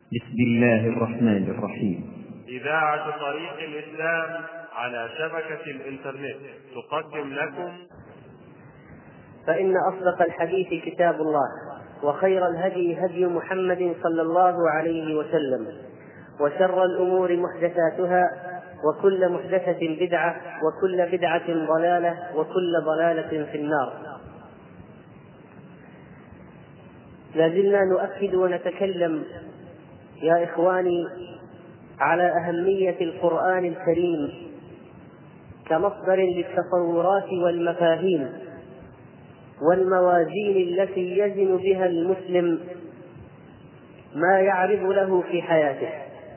بسم الله الرحمن الرحيم. إذاعة طريق الإسلام على شبكة الإنترنت تقدم لكم. فإن أصدق الحديث كتاب الله، وخير الهدي هدي محمد صلى الله عليه وسلم، وشر الأمور محدثاتها، وكل محدثة بدعة، وكل بدعة ضلالة، وكل ضلالة في النار. لازلنا نؤكد ونتكلم يا إخواني على أهمية القرآن الكريم كمصدر للتصورات والمفاهيم والموازين التي يزن بها المسلم ما يعرض له في حياته.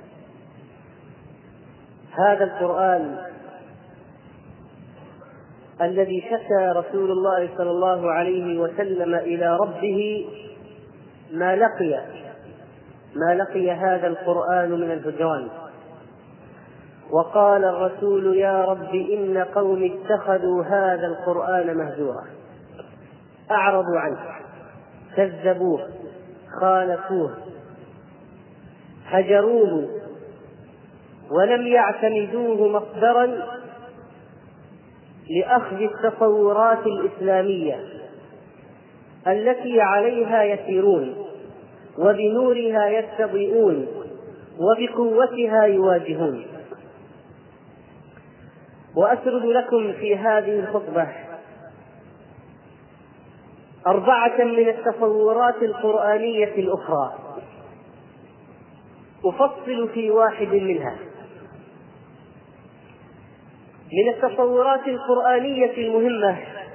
هذا القرآن الذي شكى رسول الله صلى الله عليه وسلم إلى ربه ما لقي هذا القرآن من الهجران، وقال الرسول: يا رب إن قوم اتخذوا هذا القرآن مهجورا، أعرضوا عنه، كذبوه، خالفوه، هجروه، ولم يعتمدوه مصدرا لأخذ التصورات الإسلامية التي عليها يسيرون، وبنورها يستضيئون، وبقوتها يواجهون. وأسرد لكم في هذه الخطبة 4 من التصورات القرآنية الأخرى، أفصل في واحد منها. من التصورات القرآنية المهمة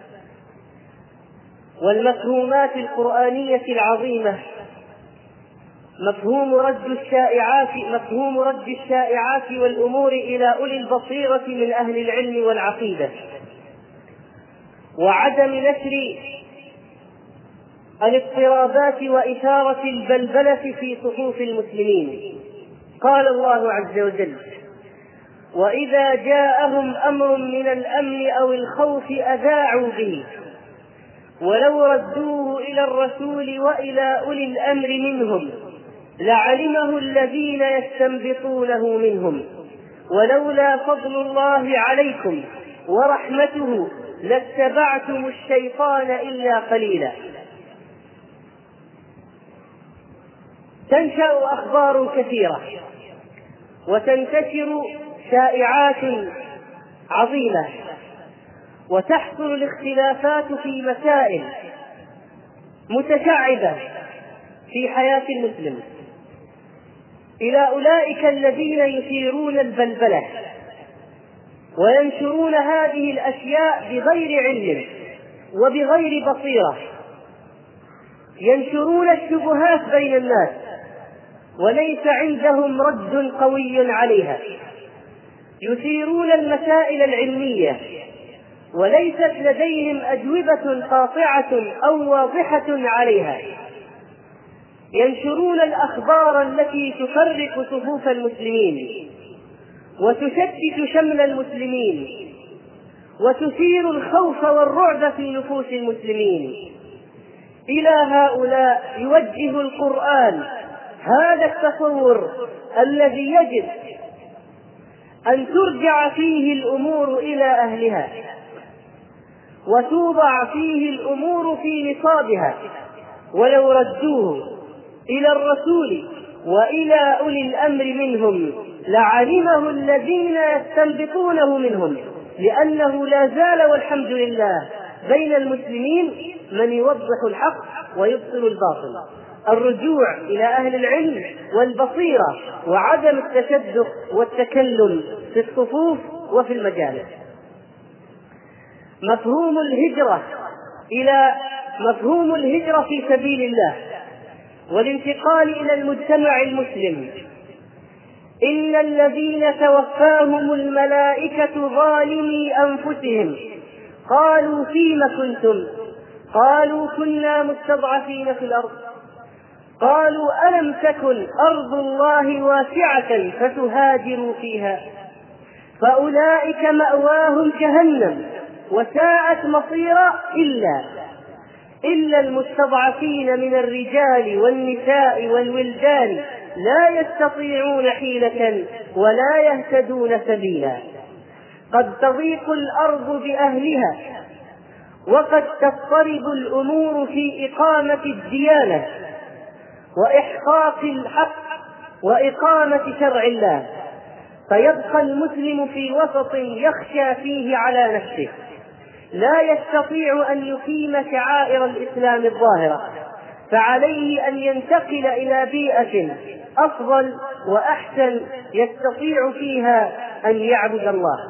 والمفهومات القرآنية العظيمة مفهوم رد الشائعات والأمور إلى أولي البصيرة من أهل العلم والعقيدة، وعدم نشر الاضطرابات وإثارة البلبلة في صفوف المسلمين. قال الله عز وجل: وإذا جاءهم أمر من الأمن أو الخوف أذاعوا به ولو ردوه إلى الرسول وإلى أولي الأمر منهم لعلمه الذين يستنبطونه منهم ولولا فضل الله عليكم ورحمته لاتبعتم الشيطان إلا قليلا. تنشأ أخبار كثيرة وتنتشر شائعات عظيمة، وتحصل الاختلافات في مسائل متشعبة في حياة المسلم إلى أولئك الذين يثيرون البلبلة وينشرون هذه الأشياء بغير علم وبغير بصيرة، ينشرون الشبهات بين الناس وليس عندهم رد قوي عليها، يثيرون المسائل العلمية وليست لديهم أجوبة قاطعة أو واضحة عليها، ينشرون الأخبار التي تفرق صفوف المسلمين وتشتت شمل المسلمين وتثير الخوف والرعب في نفوس المسلمين. إلى هؤلاء يوجه القرآن هذا التصور الذي يجب أن ترجع فيه الأمور إلى أهلها وتوضع فيه الأمور في نصابها، ولو ردوه إلى الرسول وإلى أولي الأمر منهم لعلمه الذين يستنبطونه منهم، لأنه لا زال والحمد لله بين المسلمين من يوضح الحق ويبطل الباطل. الرجوع إلى أهل العلم والبصيرة وعدم التشدق والتكلم في الصفوف وفي المجالس. مفهوم الهجرة في سبيل الله والانتقال إلى المجتمع المسلم. إن الذين توفاهم الملائكة ظالمي أنفسهم قالوا فيم كنتم؟ قالوا كنا مستضعفين في الأرض. قالوا ألم تكن أرض الله واسعة فتهاجروا فيها؟ فأولئك مأواهم جهنم وساءت مصيرا إلا المستضعفين من الرجال والنساء والولدان لا يستطيعون حيلة ولا يهتدون سبيلا. قد تضيق الأرض بأهلها، وقد تضطرب الأمور في إقامة الديانة وإحقاق الحق وإقامة شرع الله، فيبقى المسلم في وسط يخشى فيه على نفسه، لا يستطيع أن يقيم شعائر الإسلام الظاهرة، فعليه أن ينتقل إلى بيئة أفضل وأحسن يستطيع فيها أن يعبد الله.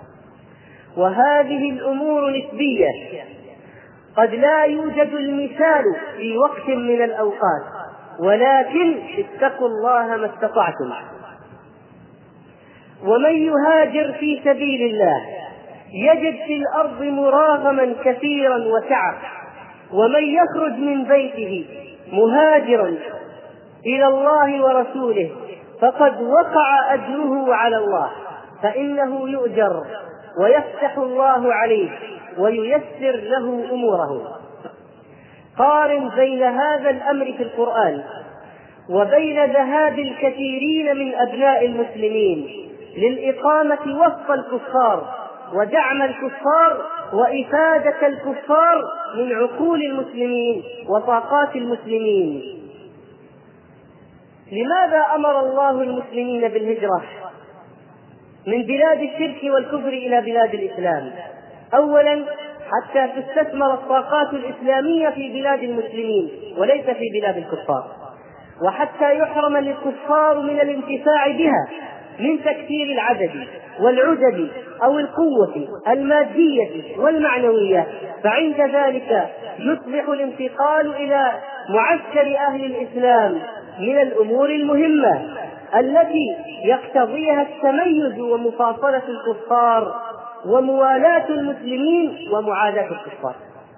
وهذه الأمور نسبية، قد لا يوجد المثال في وقت من الأوقات، ولكن اتقوا الله ما استطعتم. ومن يهاجر في سبيل الله يجد في الأرض مراغما كثيرا وسعة، ومن يخرج من بيته مهاجرا إلى الله ورسوله فقد وقع أجره على الله، فإنه يؤجر ويفتح الله عليه وييسر له أموره. قارن بين هذا الأمر في القرآن وبين ذهاب الكثيرين من أبناء المسلمين للإقامة وسط الكفار ودعم الكفار وإفادة الكفار من عقول المسلمين وطاقات المسلمين. لماذا أمر الله المسلمين بالهجرة من بلاد الشرك والكفر إلى بلاد الإسلام؟ أولا حتى تستثمر الطاقات الإسلامية في بلاد المسلمين وليس في بلاد الكفار، وحتى يحرم الكفار من الانتفاع بها من تكثير العدد والعدد أو القوة المادية والمعنوية، فعند ذلك يصبح الانتقال إلى معسكر أهل الإسلام من الأمور المهمة التي يقتضيها التميز ومفاصلة الكفار وموالاة المسلمين ومعاداة الكفار.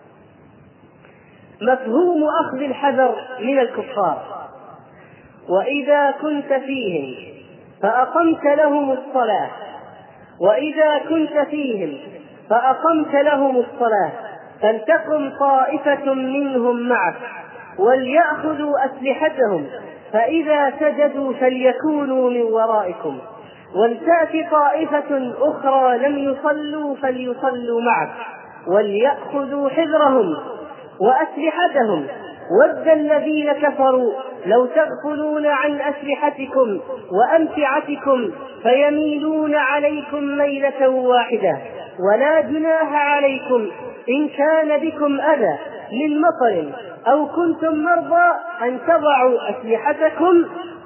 مفهوم أخذ الحذر من الكفار: وإذا كنت فيهم فأقمت لهم الصلاة، وإذا كنت فيهم فأقمت لهم الصلاة فلتقم طائفة منهم معك وليأخذوا أسلحتهم فإذا سجدوا فليكونوا من ورائكم ولتأت طائفة أخرى لم يصلوا فليصلوا معك وليأخذوا حذرهم وأسلحتهم ود الذين كفروا لو تغفلون عن أسلحتكم وأمتعتكم فيميلون عليكم ميلة واحدة ولا جناح عليكم إن كان بكم أذى من مطر أو كنتم مرضى أن تضعوا أسلحتكم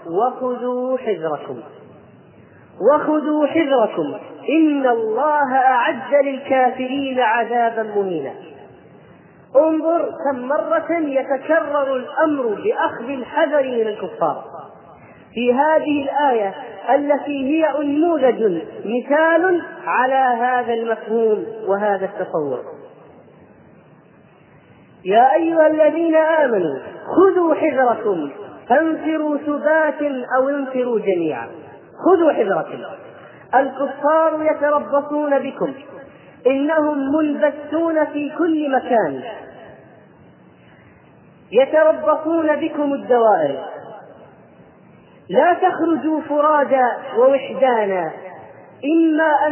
وخذوا حذركم إن الله أعد للكافرين عذابا مهينا. انظر كم مرة يتكرر الأمر بأخذ الحذر من الكفار في هذه الآية التي هي نموذج مثال على هذا المفهوم وهذا التصور. يا أيها الذين آمنوا خذوا حذركم فانفروا ثبات أو انفروا جميعا. خذوا حذركم، الكفار يتربصون بكم، إنهم منبثون في كل مكان، يتربصون بكم الدوائر، لا تخرجوا فرادا ووحدانا إما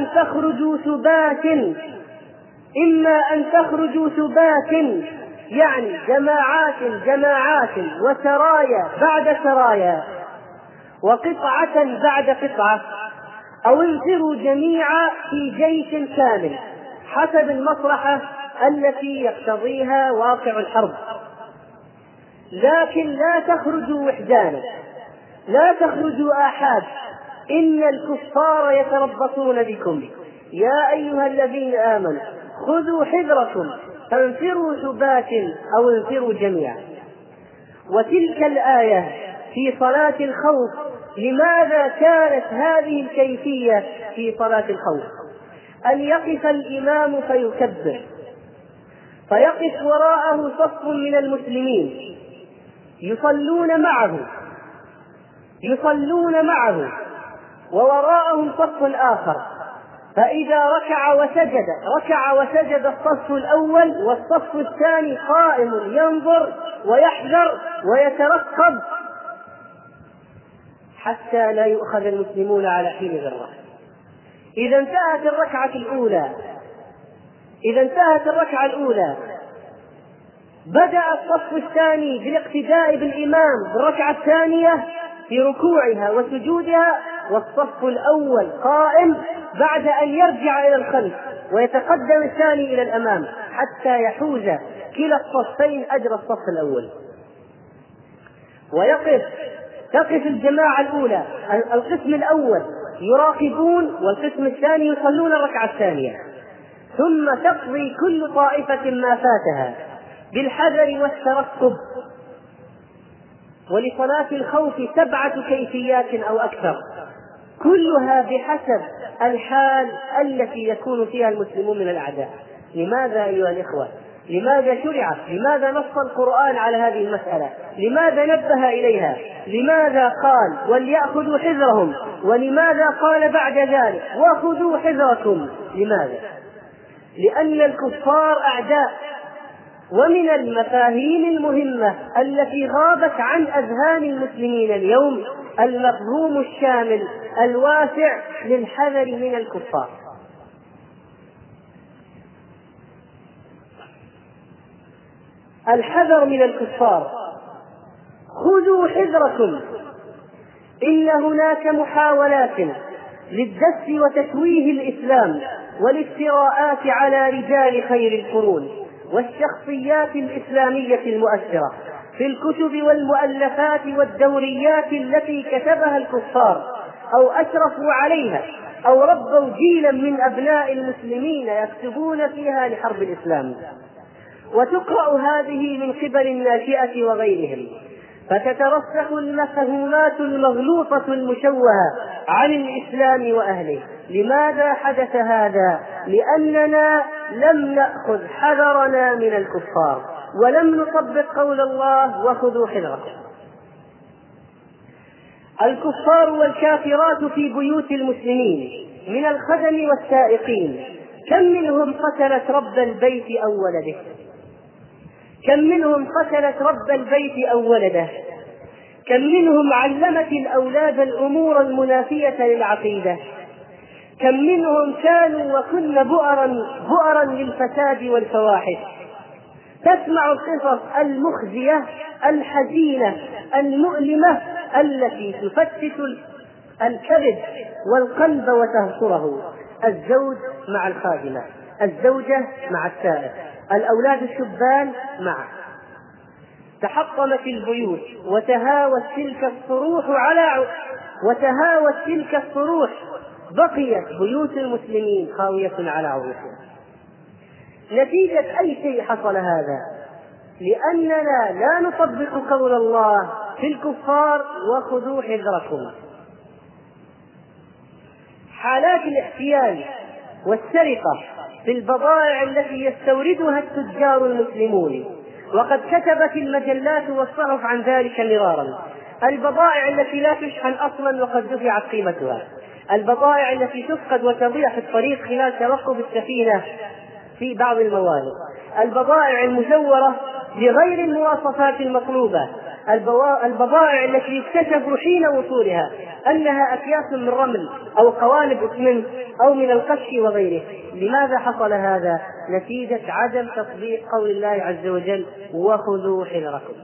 أن تخرجوا ثبات يعني جماعات وسرايا بعد سرايا وقطعة بعد قطعة، أو انفروا جميعا في جيش كامل حسب المصلحة التي يقتضيها واقع الحرب، لكن لا تخرجوا وحدانا، لا تخرجوا آحاد، إن الكفار يتربصون بكم. يا أيها الذين آمنوا خذوا حذركم فانفروا ثبات أو انفروا جميعا. وتلك الآية في صلاة الخوف، لماذا كانت هذه الكيفية في صلاة الخوف؟ أن يقف الإمام فيكبر فيقف وراءه صف من المسلمين يصلون معه ووراءهم صف آخر، فإذا ركع وسجد الصف الأول والصف الثاني قائم ينظر ويحذر ويترقب حتى لا يؤخذ المسلمون على حين ذرة. إذا انتهت الركعة الأولى بدأ الصف الثاني بالاقتداء بالإمام بالركعة الثانية في ركوعها وسجودها، والصف الأول قائم بعد أن يرجع إلى الخلف ويتقدم الثاني إلى الأمام حتى يحوز كلا الصفين أجر الصف الأول. تقف الجماعة الأولى، القسم الأول يراقبون والقسم الثاني يصلون الركعة الثانية، ثم تقضي كل طائفة ما فاتها بالحذر والترقب. ولصلاة الخوف 7 كيفيات أو أكثر، كلها بحسب الحال التي يكون فيها المسلمون من الأعداء. لماذا أيها الإخوة؟ لماذا شرعت؟ لماذا نص القرآن على هذه المسألة؟ لماذا نبه إليها؟ لماذا قال وليأخذوا حذرهم؟ ولماذا قال بعد ذلك وخذوا حذركم؟ لماذا؟ لأن الكفار أعداء. ومن المفاهيم المهمة التي غابت عن أذهان المسلمين اليوم المفهوم الشامل الواسع للحذر من الكفار. الحذر من الكفار، خذوا حذركم، إن هناك محاولات للدس وتشويه الإسلام والافتراءات على رجال خير القرون والشخصيات الإسلامية المؤثرة في الكتب والمؤلفات والدوريات التي كتبها الكفار أو أشرفوا عليها أو ربوا جيلا من أبناء المسلمين يكتبون فيها لحرب الإسلام، وتقرأ هذه من قبل الناشئة وغيرهم، فتترسخ المفهومات المغلوطة المشوهة عن الإسلام وأهله. لماذا حدث هذا؟ لأننا لم نأخذ حذرنا من الكفار ولم نطبق قول الله وخذوا حذركم. الكفار والكافرات في بيوت المسلمين من الخدم والسائقين، كم منهم قتلت رب البيت أو ولده؟ كم منهم قتلت رب البيت أو ولده؟ كم منهم علمت الأولاد الأمور المنافية للعقيدة؟ كم منهم كانوا وكن بؤرا للفساد والفواحش؟ تسمع القصص المخزية الحزينة المؤلمة التي تفتت الكبد والقلب وتهصره. الزوج مع الخادمة، الزوجة مع السائق، الأولاد الشبان معه. تحطمت البيوت وتهاوت تلك الصروح بقيت بيوت المسلمين خاوية على عروشها. نتيجة أي شيء حصل هذا؟ لأننا لا نطبق قول الله في الكفار وخذوا حذركم. حالات الاحتيال والسرقة في البضائع التي يستوردها التجار المسلمون، وقد كتبت المجلات والصحف عن ذلك مرارا. البضائع التي لا تشحن أصلا وقد دفعت قيمتها، البضائع التي تفقد وتضيع في الطريق خلال توقف السفينة في بعض الموانئ، البضائع المزورة بغير المواصفات المطلوبة، البضائع التي يكتشف حين وصولها أنها أكياس من رمل أو قوالب إسمنت أو من القش وغيره. لماذا حصل هذا؟ نتيجة عدم تطبيق قول الله عز وجل وخذوا حذركم.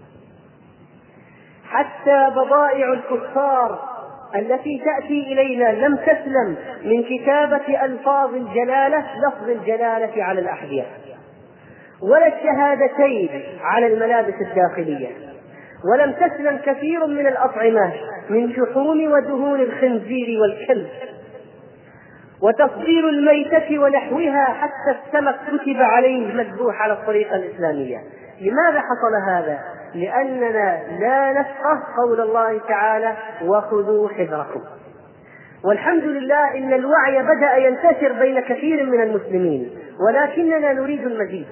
حتى بضائع الكفار التي تأتي إلينا لم تسلم من كتابة ألفاظ الجلالة، لفظ الجلالة على الأحذية، ولا الشهادتين على الملابس الداخلية، ولم تسلم كثير من الأطعمة من شحوم ودهون الخنزير والكلب، وتصدير الميتة ونحوها حتى السمك كتب عليه مذبوح على الطريقة الإسلامية. لماذا حصل هذا؟ لأننا لا نفقه قول الله تعالى وخذوا حذركم. والحمد لله إن الوعي بدأ ينتشر بين كثير من المسلمين، ولكننا نريد المزيد.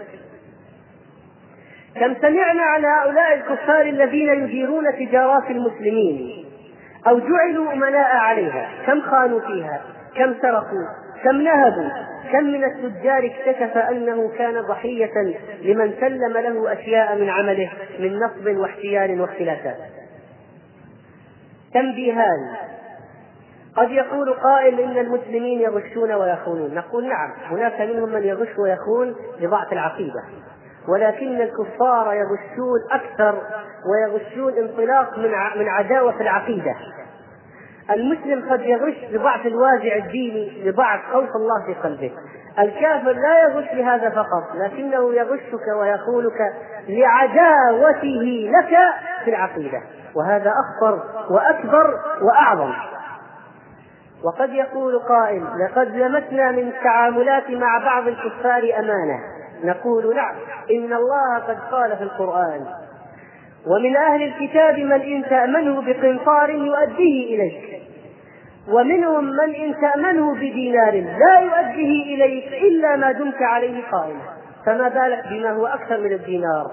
كم سمعنا على هؤلاء الكفار الذين يديرون تجارات المسلمين أو جعلوا أمناء عليها، كم خانوا فيها، كم سرقوا، كم نهبوا، كم من التجار اكتشف أنه كان ضحية لمن سلم له أشياء من عمله من نصب واحتيال واختلافات. تنبيهان. قد يقول قائل إن المسلمين يغشون ويخونون، نقول نعم، هناك منهم من يغش ويخون لضعف العقيدة، ولكن الكفار يغشون أكثر ويغشون انطلاق من عداوة العقيدة. المسلم قد يغش لضعف الوازع الديني، لضعف خوف الله في قلبه. الكافر لا يغش لهذا فقط، لكنه يغشك ويخونك لعداوته لك في العقيدة، وهذا أخطر وأكبر وأعظم. وقد يقول قائل لقد لمسنا من التعاملات مع بعض الكفار أمانة، نقول نعم، إن الله قد قال في القرآن: ومن أهل الكتاب من إن تأمنه بقنطار يؤديه إليك، ومنهم من إن تأمنه بدينار لا يؤديه إليك إلا ما دمت عليه قائما، فما بالك بما هو أكثر من الدينار.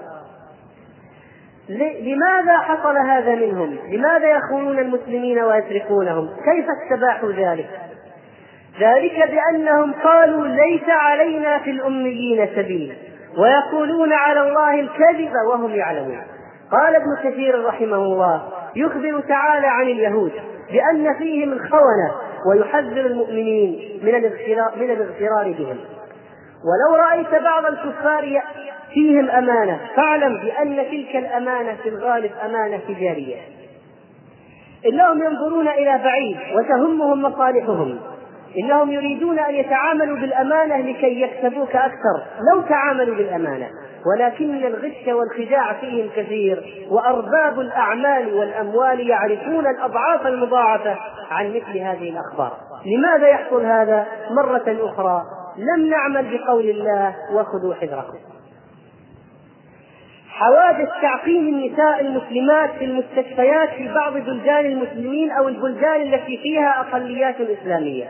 لماذا حصل هذا منهم؟ لماذا يخونون المسلمين ويسرقونهم؟ كيف استباحوا ذلك؟ ذلك بأنهم قالوا ليس علينا في الأميين سبيل، ويقولون على الله الكذب وهم يعلمون. قال ابن كثير رحمه الله يخبر تعالى عن اليهود بأن فيهم الخونة، ويحذر المؤمنين من الاغترار بهم. ولو رأيت بعض الكفار فيهم أمانة فاعلم بأن تلك الأمانة في الغالب أمانة تجارية، إنهم ينظرون إلى بعيد وتهمهم مصالحهم، إنهم يريدون أن يتعاملوا بالأمانة لكي يكسبوك أكثر لو تعاملوا بالأمانة، ولكن الغش والخداع فيهم كثير، وأرباب الأعمال والأموال يعرفون الأضعاف المضاعفة عن مثل هذه الأخبار. لماذا يحصل هذا؟ مرة أخرى لم نعمل بقول الله وخذوا حذركم. حوادث تعقيم النساء المسلمات في المستشفيات في بعض بلدان المسلمين أو البلدان التي فيها أقليات إسلامية.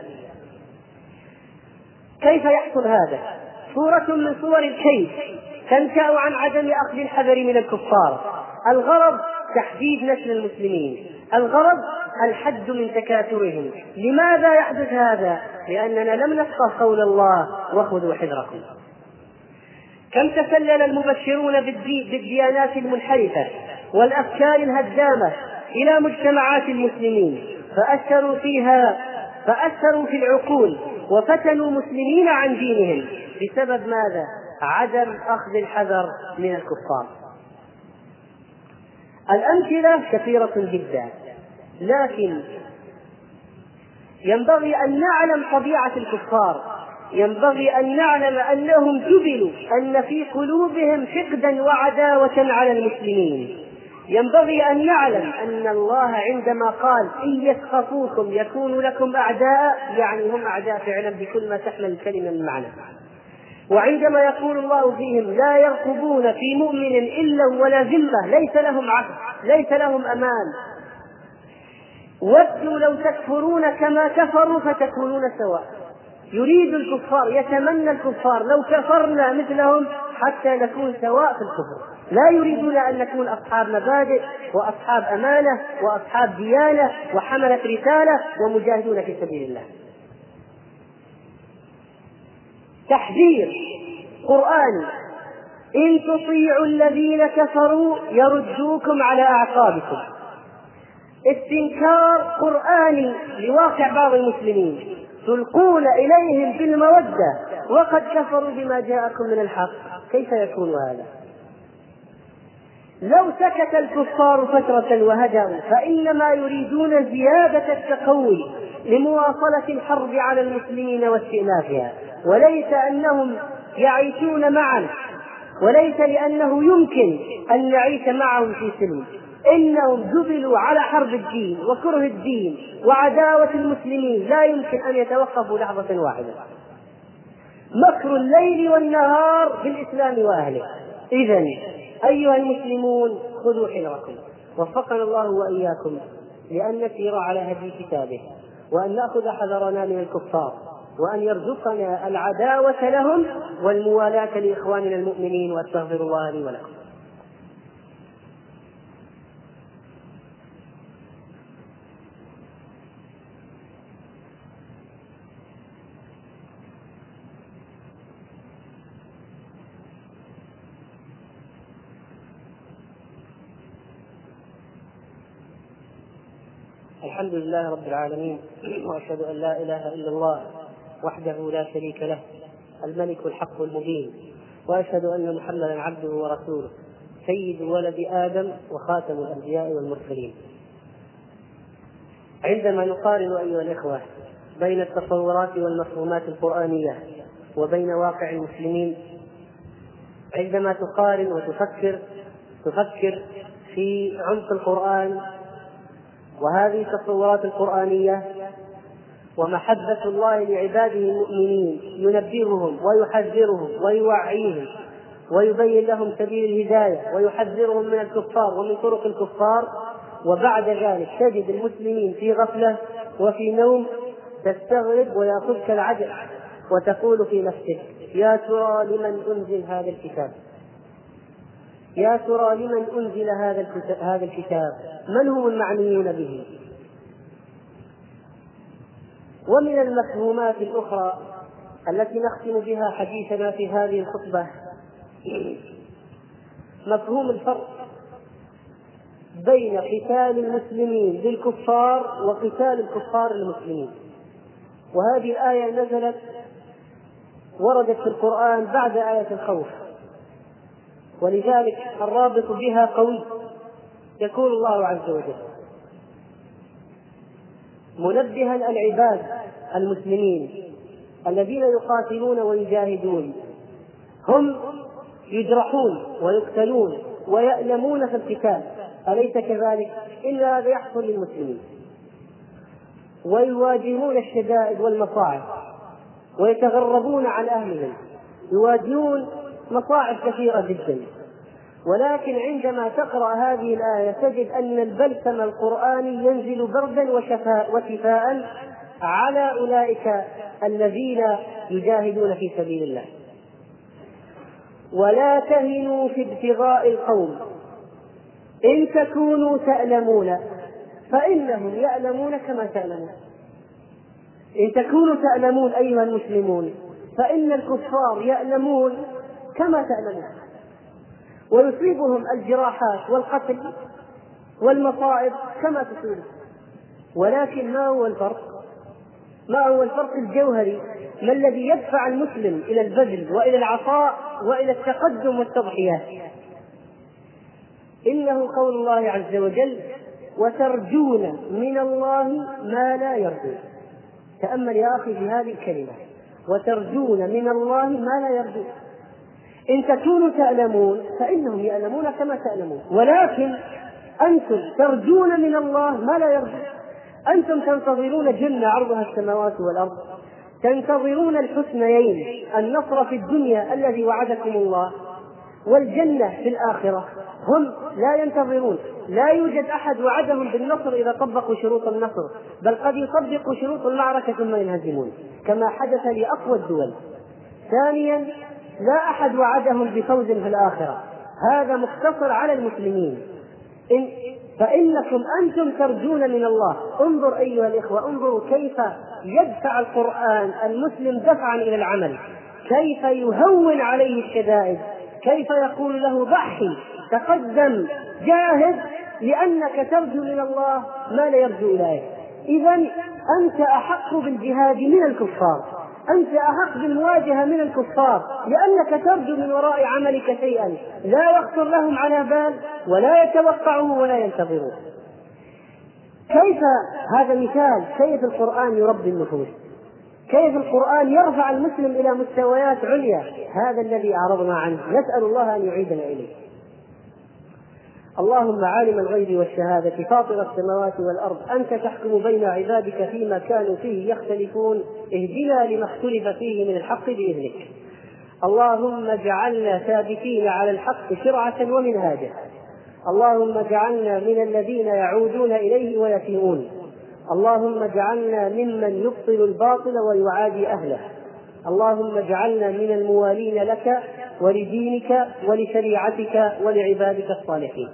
كيف يحصل هذا؟ صورة من صور الكيد تنشأ عن عدم أخذ الحذر من الكفار. الغرض تحديد نسل المسلمين، الغرض الحد من تكاثرهم. لماذا يحدث هذا؟ لأننا لم نفقه قول الله وخذوا حذركم. كم تسلل المبشرون بالديانات المنحرفة والأفكار الهدامة إلى مجتمعات المسلمين، فأثروا في العقول وفتنوا مسلمين عن دينهم بسبب ماذا؟ عدم أخذ الحذر من الكفار. الأمثلة كثيرة جدا، لكن ينبغي أن نعلم طبيعة الكفار، ينبغي أن نعلم أنهم جبلوا أن في قلوبهم حقدا وعداوة على المسلمين. ينبغي أن نعلم أن الله عندما قال إن يسخطوكم يكونوا لكم أعداء، يعني هم أعداء فعلا بكل ما تحمل الكلمة من معنى. وعندما يقول الله فيهم لا يرقبون في مؤمن إلا ولا ذمة، ليس لهم عهد، ليس لهم أمان، ودوا لو تكفرون كما كفروا فتكونون سواء. يريد الكفار، يتمنى الكفار لو كفرنا مثلهم حتى نكون سواء في الكفر. لا يريدون أن نكون أصحاب مبادئ وأصحاب أمانة وأصحاب ديانة وحملة رسالة ومجاهدون في سبيل الله. تحذير قرآني: إن تطيعوا الذين كفروا يردوكم على أعقابكم. استنكار قرآني لواقع بعض المسلمين، تلقون إليهم بالمودة وقد كفروا بما جاءكم من الحق. كيف يكون هذا؟ لو سكت الكفار فترة وهدأوا فإنما يريدون زيادة التقوي لمواصلة الحرب على المسلمين واستئنافها، وليس أنهم يعيشون معا، وليس لأنه يمكن أن نعيش معهم في سلم. إنهم جبلوا على حرب الدين وكره الدين وعداوة المسلمين، لا يمكن أن يتوقفوا لحظة واحدة. مكر الليل والنهار بالإسلام وأهله. إذن أيها المسلمون خذوا حذركم، وفقنا الله وإياكم لأن نسير على هدي كتابه، وأن نأخذ حذرنا من الكفار، وأن يرزقنا العداوة لهم والموالاة لإخواننا المؤمنين. وأستغفر الله لي ولكم. الحمد لله رب العالمين، وأشهد أن لا إله إلا الله وحده لا شريك له الملك الحق المبين، وأشهد أن محمدا عبده ورسوله سيد ولد آدم وخاتم الأنبياء والمرسلين. عندما نقارن أيها الإخوة بين التصورات والمفهومات القرآنية وبين واقع المسلمين، عندما تقارن تفكر في عمق القرآن وهذه التصورات القرآنية ومحبة الله لعباده المؤمنين، ينبههم ويحذرهم ويوعيهم ويبين لهم سبيل الهداية ويحذرهم من الكفار ومن طرق الكفار، وبعد ذلك تجد المسلمين في غفلة وفي نوم، تستغرب ويأخذك العجب وتقول في نفسك: يا ترى لمن أنزل هذا الكتاب؟ يا ترى لمن أنزل هذا الكتاب؟ من هم المعنيون به؟ ومن المفهومات الأخرى التي نختم بها حديثنا في هذه الخطبة مفهوم الفرق بين قتال المسلمين للكفار وقتال الكفار للمسلمين. وهذه الآية نزلت وردت في القرآن بعد آية الخوف، ولذلك الرابط بها قوي. يقول الله عز وجل منبها العباد المسلمين الذين يقاتلون ويجاهدون، هم يجرحون ويقتلون ويألمون في القتال، أليس كذلك؟ إن هذا يحصل للمسلمين، ويواجهون الشدائد والمصاعب ويتغربون عن أهلهم، يواجهون مصاعب كثيرة جدا. ولكن عندما تقرأ هذه الآية تجد أن البلسم القرآني ينزل بردا وشفاء على أولئك الذين يجاهدون في سبيل الله. ولا تهنوا في ابتغاء القوم إن تكونوا تألمون فإنهم يألمون كما تألمون. إن تكونوا تألمون أيها المسلمون فإن الكفار يألمون كما تألمون، ويصيبهم الجراحات والقتل والمصائب كما تصيبهم. ولكن ما هو الفرق الجوهري؟ ما الذي يدفع المسلم إلى البذل وإلى العطاء وإلى التقدم والتضحيات؟ إنه قول الله عز وجل: وترجون من الله ما لا يرجون. تأمل يا أخي في هذه الكلمة: وترجون من الله ما لا يرجون. إن تكونوا تألمون فإنهم يألمون كما تألمون، ولكن أنتم ترجون من الله ما لا يرجون. أنتم تنتظرون جنة عرضها السماوات والأرض، تنتظرون الحسنيين، النصر في الدنيا الذي وعدكم الله والجنة في الآخرة. هم لا ينتظرون، لا يوجد أحد وعدهم بالنصر إذا طبقوا شروط النصر، بل قد يطبقوا شروط المعركة ثم ينهزمون كما حدث لأقوى الدول. ثانيا، لا أحد وعدهم بفوز في الآخرة، هذا مقتصر على المسلمين. فإنكم أنتم ترجون من الله. انظر أيها الإخوة، انظروا كيف يدفع القرآن المسلم دفعا إلى العمل، كيف يهون عليه الشدائد، كيف يقول له: ضحي، تقدم، جاهد، لأنك ترجو من الله ما لا يرجو إليك. إذن أنت أحق بالجهاد من الكفار، أنت أحق بالمواجهة من الكفار، لأنك ترجو من وراء عملك شيئا لا يخطر لهم على بال ولا يتوقعوه ولا ينتظروه. كيف هذا مثال كيف القرآن يربي النفوس، كيف القرآن يرفع المسلم إلى مستويات عليا. هذا الذي أعرضنا عنه، نسأل الله أن يعيدنا إليه. اللهم عالم الغيب والشهادة فاطر السماوات والأرض، أنت تحكم بين عبادك فيما كانوا فيه يختلفون، اهدنا لما اختلف فيه من الحق بإذنك. اللهم اجعلنا ثابتين على الحق شرعة ومنهاجا. اللهم اجعلنا من الذين يعودون إليه ويتيمون. اللهم اجعلنا ممن يبطل الباطل ويعادي أهله. اللهم اجعلنا من الموالين لك ولدينك ولشريعتك ولعبادك الصالحين.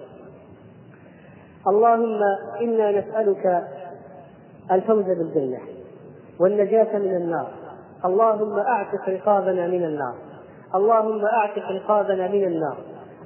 اللهم إنا نسألك الفوز بالجنة والنجاة من النار. اللهم أعتق رقابنا من النار. اللهم أعتق رقابنا من النار.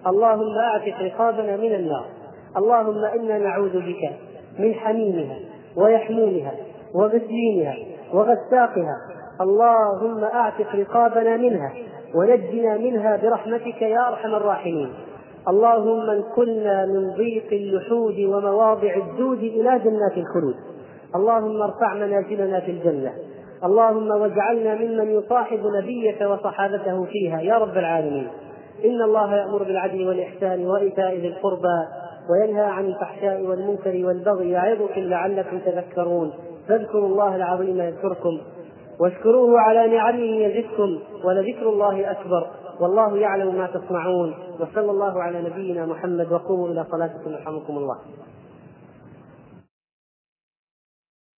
اللهم أعتق رقابنا من النار. اللهم إنا نعوذ بك من حميمها ويحمومها وغسلينها وغساقها. اللهم أعتق رقابنا منها ونجنا منها برحمتك يا أرحم الراحمين. اللهم انقلنا من ضيق اللحود ومواضع الدود إلى جنات الخلود. اللهم ارفع منازلنا في الجنة. اللهم واجعلنا ممن يصاحب نبيك وصحابته فيها يا رب العالمين. إن الله يأمر بالعدل والإحسان وإيتاء ذي القربى وينهى عن الفحشاء والمنكر والبغي يعظكم لعلكم تذكرون. فاذكروا الله العظيم يذكركم واشكروه على نعمه يزدكم ولذكر الله أكبر والله يعلم ما تصنعون. وصلى الله على نبينا محمد وقوموا إلى صلاتكم يرحمكم الله.